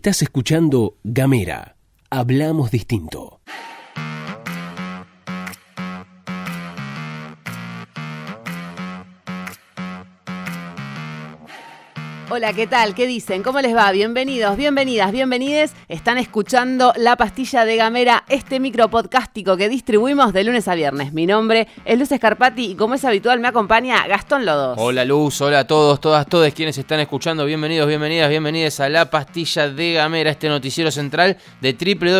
Estás escuchando Gamera. Hablamos distinto. Hola, ¿qué tal? ¿Qué dicen? ¿Cómo les va? Bienvenidos, bienvenidas, bienvenides. Están escuchando La Pastilla de Gamera, este micropodcástico que distribuimos de lunes a viernes. Mi nombre es Luz Scarpati y como es habitual me acompaña Gastón Lodos. Hola Luz, hola a todos, todas quienes están escuchando. Bienvenidos, bienvenidas, bienvenides a La Pastilla de Gamera, este noticiero central de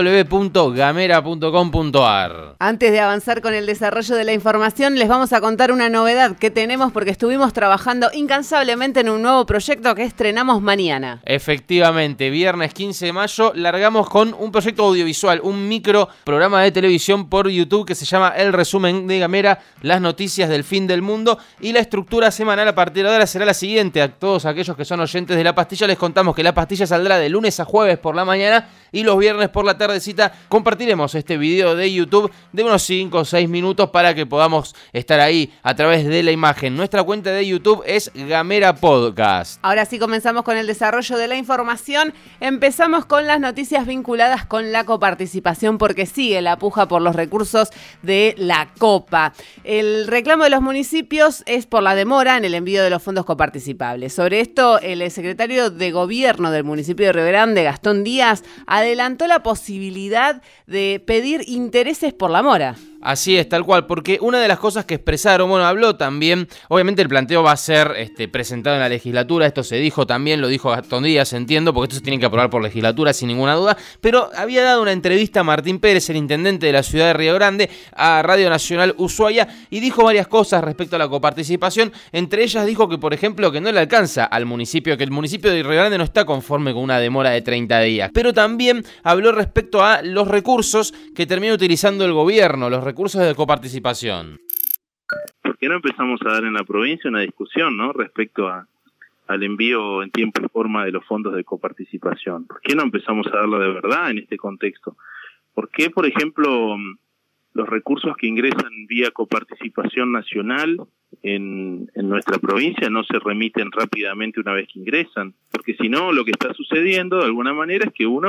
www.gamera.com.ar. Antes de avanzar con el desarrollo de la información, les vamos a contar una novedad que tenemos porque estuvimos trabajando incansablemente en un nuevo proyecto que estrenamos mañana. Efectivamente, viernes 15 de mayo largamos con un proyecto audiovisual, un micro programa de televisión por YouTube que se llama El Resumen de Gamera, las noticias del fin del mundo, y la estructura semanal a partir de ahora será la siguiente. A todos aquellos que son oyentes de La Pastilla les contamos que La Pastilla saldrá de lunes a jueves por la mañana y los viernes por la tardecita compartiremos este video de YouTube de unos 5 o 6 minutos para que podamos estar ahí a través de la imagen. Nuestra cuenta de YouTube es Gamera Podcast. Ahora sí comenzamos con el desarrollo de la información. Empezamos con las noticias vinculadas con la coparticipación porque sigue la puja por los recursos de la Copa. El reclamo de los municipios es por la demora en el envío de los fondos coparticipables. Sobre esto, el secretario de Gobierno del municipio de Río Grande, Gastón Díaz, adelantó la posibilidad de pedir intereses por la mora. Así es, tal cual, porque una de las cosas que expresaron, habló también, obviamente el planteo va a ser presentado en la legislatura, esto se dijo también, lo dijo Gastón Díaz, entiendo, porque esto se tiene que aprobar por legislatura sin ninguna duda, pero había dado una entrevista a Martín Pérez, el intendente de la ciudad de Río Grande, a Radio Nacional Ushuaia, y dijo varias cosas respecto a la coparticipación, entre ellas dijo que, por ejemplo, que no le alcanza al municipio, que el municipio de Río Grande no está conforme con una demora de 30 días, pero también habló respecto a los recursos que termina utilizando el gobierno, los recursos de coparticipación. ¿Por qué no empezamos a dar en la provincia una discusión, ¿no?, respecto al envío en tiempo y forma de los fondos de coparticipación? ¿Por qué no empezamos a darlo de verdad en este contexto? ¿Por qué, por ejemplo, los recursos que ingresan vía coparticipación nacional en nuestra provincia no se remiten rápidamente una vez que ingresan? Porque si no, lo que está sucediendo de alguna manera es que un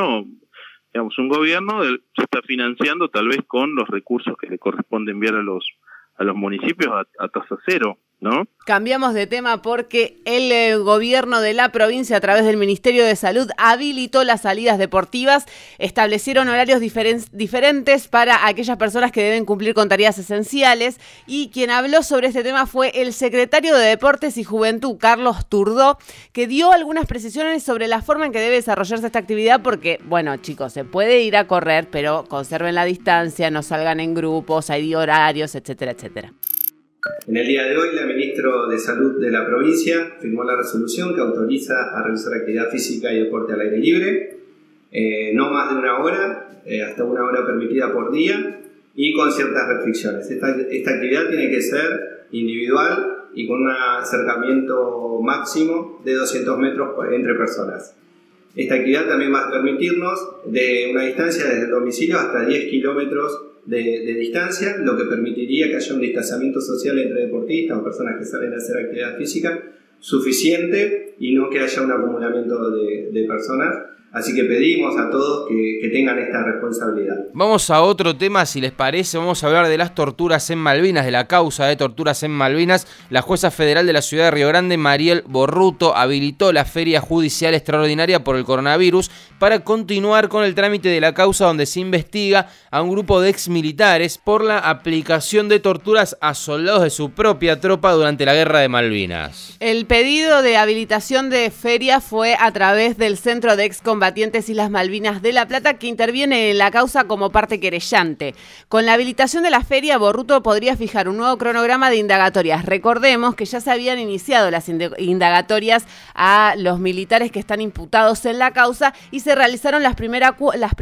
gobierno se está financiando tal vez con los recursos que le corresponde enviar a los municipios a tasa cero, ¿no? Cambiamos de tema porque el gobierno de la provincia a través del Ministerio de Salud habilitó las salidas deportivas, establecieron horarios diferentes para aquellas personas que deben cumplir con tareas esenciales y quien habló sobre este tema fue el secretario de Deportes y Juventud, Carlos Turdó, que dio algunas precisiones sobre la forma en que debe desarrollarse esta actividad porque, chicos, se puede ir a correr, pero conserven la distancia, no salgan en grupos, hay horarios, etcétera, etcétera. En el día de hoy, la ministra de Salud de la provincia firmó la resolución que autoriza a realizar actividad física y deporte al aire libre, no más de una hora, hasta una hora permitida por día y con ciertas restricciones. Esta actividad tiene que ser individual y con un acercamiento máximo de 200 metros entre personas. Esta actividad también va a permitirnos de una distancia desde el domicilio hasta 10 kilómetros de distancia, lo que permitiría que haya un distanciamiento social entre deportistas o personas que salen a hacer actividad física suficiente y no que haya un acumulamiento de personas. Así que pedimos a todos que tengan esta responsabilidad. Vamos a otro tema, si les parece. Vamos a hablar de las torturas en Malvinas, de la causa de torturas en Malvinas. La jueza federal de la ciudad de Río Grande, Mariel Borruto, habilitó la feria judicial extraordinaria por el coronavirus para continuar con el trámite de la causa donde se investiga a un grupo de exmilitares por la aplicación de torturas a soldados de su propia tropa durante la guerra de Malvinas. El pedido de habilitación de feria fue a través del Centro de Excombatientes Islas Malvinas de La Plata, que interviene en la causa como parte querellante. Con la habilitación de la feria, Borruto podría fijar un nuevo cronograma de indagatorias. Recordemos que ya se habían iniciado las indagatorias a los militares que están imputados en la causa y se realizaron las primeras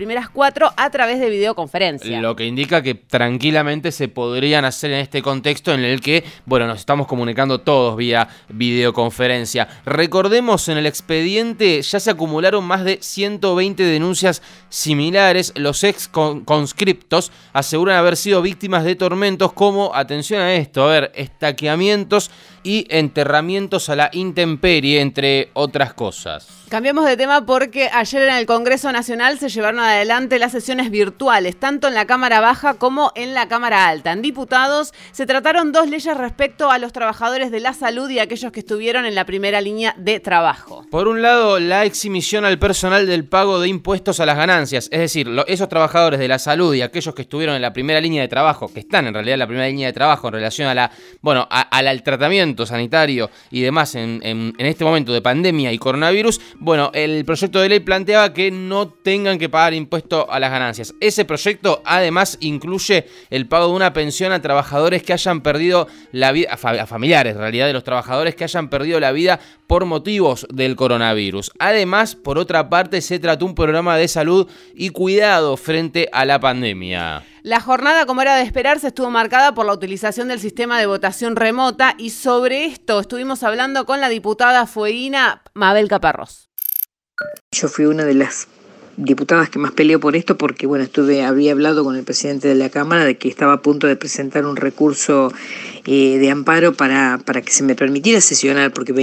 4 a través de videoconferencia. Lo que indica que tranquilamente se podrían hacer en este contexto en el que, nos estamos comunicando todos vía videoconferencia. Recordemos, en el expediente ya se acumularon más de 120 denuncias similares. Los ex conscriptos aseguran haber sido víctimas de tormentos como, atención a esto, estaqueamientos y enterramientos a la intemperie, entre otras cosas. Cambiamos de tema porque ayer en el Congreso Nacional se llevaron adelante las sesiones virtuales, tanto en la Cámara Baja como en la Cámara Alta. En diputados se trataron 2 leyes respecto a los trabajadores de la salud y aquellos que estuvieron en la primera línea de trabajo. Por un lado, la exhibición al personal del pago de impuestos a las ganancias, es decir, esos trabajadores de la salud y aquellos que estuvieron en la primera línea de trabajo, que están en realidad en la primera línea de trabajo en relación al tratamiento sanitario y demás en este momento de pandemia y coronavirus. Bueno, el proyecto de ley planteaba que no tengan que pagar impuesto a las ganancias. Ese proyecto además incluye el pago de una pensión a trabajadores que hayan perdido la vida, a familiares en realidad de los trabajadores que hayan perdido la vida por motivos del coronavirus. Además, por otra parte, se trató un programa de salud y cuidado frente a la pandemia. La jornada, como era de esperarse, estuvo marcada por la utilización del sistema de votación remota y sobre esto estuvimos hablando con la diputada fueguina Mabel Caparrós. Yo fui una de las diputadas que más peleó por esto porque, había hablado con el presidente de la Cámara de que estaba a punto de presentar un recurso de amparo para que se me permitiera sesionar, porque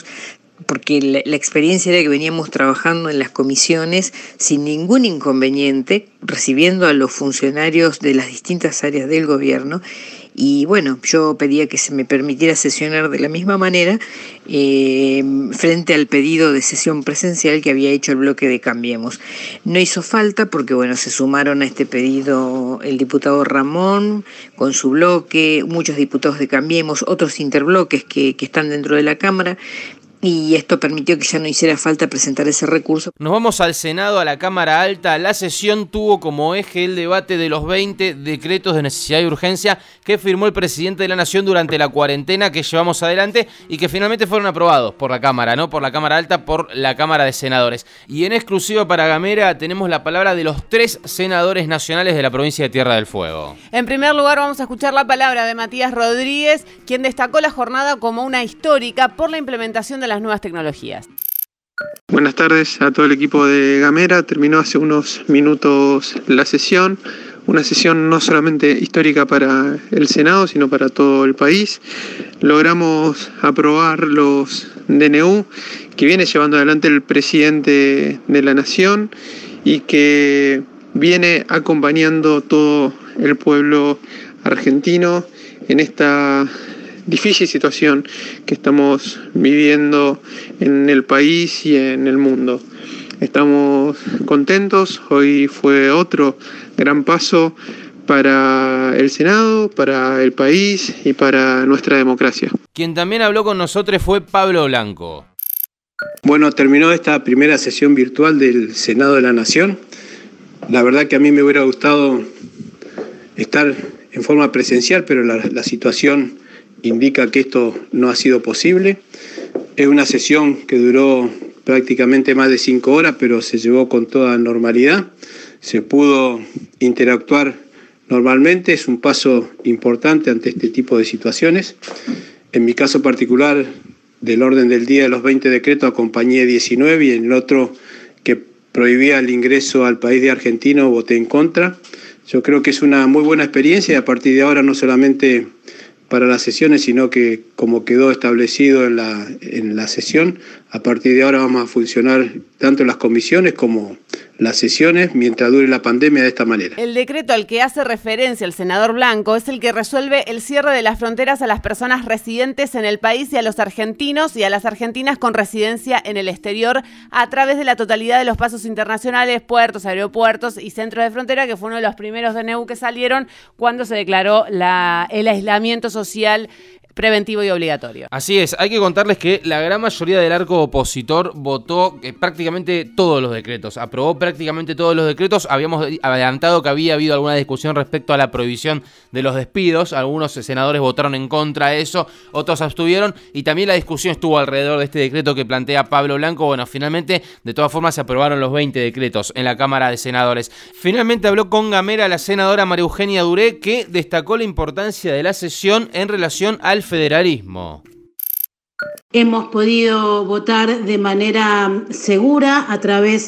la experiencia era que veníamos trabajando en las comisiones sin ningún inconveniente, recibiendo a los funcionarios de las distintas áreas del gobierno. Y yo pedía que se me permitiera sesionar de la misma manera frente al pedido de sesión presencial que había hecho el bloque de Cambiemos. No hizo falta porque se sumaron a este pedido el diputado Ramón con su bloque, muchos diputados de Cambiemos, otros interbloques que están dentro de la Cámara. Y esto permitió que ya no hiciera falta presentar ese recurso. Nos vamos al Senado, a la Cámara Alta. La sesión tuvo como eje el debate de los 20 decretos de necesidad y urgencia que firmó el presidente de la Nación durante la cuarentena que llevamos adelante y que finalmente fueron aprobados por la Cámara, no por la Cámara Alta, por la Cámara de Senadores. Y en exclusiva para Gamera tenemos la palabra de los 3 senadores nacionales de la provincia de Tierra del Fuego. En primer lugar vamos a escuchar la palabra de Matías Rodríguez, quien destacó la jornada como una histórica por la implementación de las nuevas tecnologías. Buenas tardes a todo el equipo de Gamera. Terminó hace unos minutos la sesión, una sesión no solamente histórica para el Senado, sino para todo el país. Logramos aprobar los DNU que viene llevando adelante el presidente de la Nación y que viene acompañando todo el pueblo argentino en esta difícil situación que estamos viviendo en el país y en el mundo. Estamos contentos, hoy fue otro gran paso para el Senado, para el país y para nuestra democracia. Quien también habló con nosotros fue Pablo Blanco. Terminó esta primera sesión virtual del Senado de la Nación. La verdad que a mí me hubiera gustado estar en forma presencial, pero la situación indica que esto no ha sido posible. Es una sesión que duró prácticamente más de 5 horas, pero se llevó con toda normalidad. Se pudo interactuar normalmente, es un paso importante ante este tipo de situaciones. En mi caso particular, del orden del día de los 20 decretos, acompañé 19 y en el otro que prohibía el ingreso al país de argentino voté en contra. Yo creo que es una muy buena experiencia y a partir de ahora no solamente para las sesiones, sino que como quedó establecido en la sesión, a partir de ahora vamos a funcionar tanto las comisiones como las sesiones mientras dure la pandemia de esta manera. El decreto al que hace referencia el senador Blanco es el que resuelve el cierre de las fronteras a las personas residentes en el país y a los argentinos y a las argentinas con residencia en el exterior a través de la totalidad de los pasos internacionales, puertos, aeropuertos y centros de frontera, que fue uno de los primeros DNU que salieron cuando se declaró el aislamiento social preventivo y obligatorio. Así es, hay que contarles que la gran mayoría del arco opositor votó prácticamente todos los decretos, aprobó prácticamente todos los decretos. Habíamos adelantado que había habido alguna discusión respecto a la prohibición de los despidos, algunos senadores votaron en contra de eso, otros abstuvieron y también la discusión estuvo alrededor de este decreto que plantea Pablo Blanco. Bueno, finalmente, de todas formas, se aprobaron los 20 decretos en la Cámara de Senadores. Finalmente habló con Gamera la senadora María Eugenia Duré, que destacó la importancia de la sesión en relación al federalismo. Hemos podido votar de manera segura a través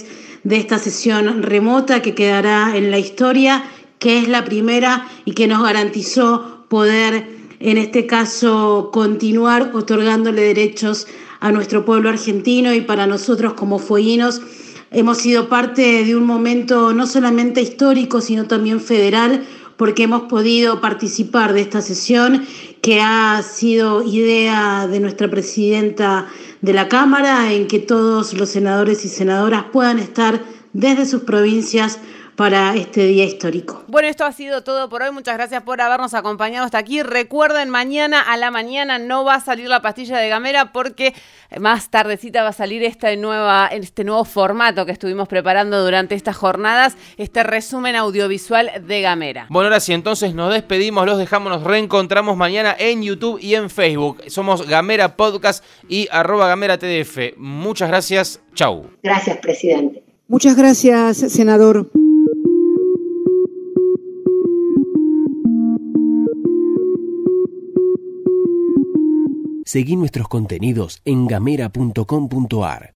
de esta sesión remota que quedará en la historia, que es la primera y que nos garantizó poder, en este caso, continuar otorgándole derechos a nuestro pueblo argentino, y para nosotros como fueguinos hemos sido parte de un momento no solamente histórico, sino también federal, porque hemos podido participar de esta sesión que ha sido idea de nuestra presidenta de la Cámara, en que todos los senadores y senadoras puedan estar desde sus provincias para este día histórico. Bueno, esto ha sido todo por hoy. Muchas gracias por habernos acompañado hasta aquí. Recuerden, mañana a la mañana no va a salir la pastilla de Gamera, porque más tardecita va a salir este nuevo formato que estuvimos preparando durante estas jornadas, este resumen audiovisual de Gamera. Bueno, ahora sí, entonces nos despedimos, los dejamos, nos reencontramos mañana en YouTube y en Facebook. Somos Gamera Podcast y @GameraTDF. Muchas gracias. Chau. Gracias, presidente. Muchas gracias, senador. Seguí nuestros contenidos en gamera.com.ar.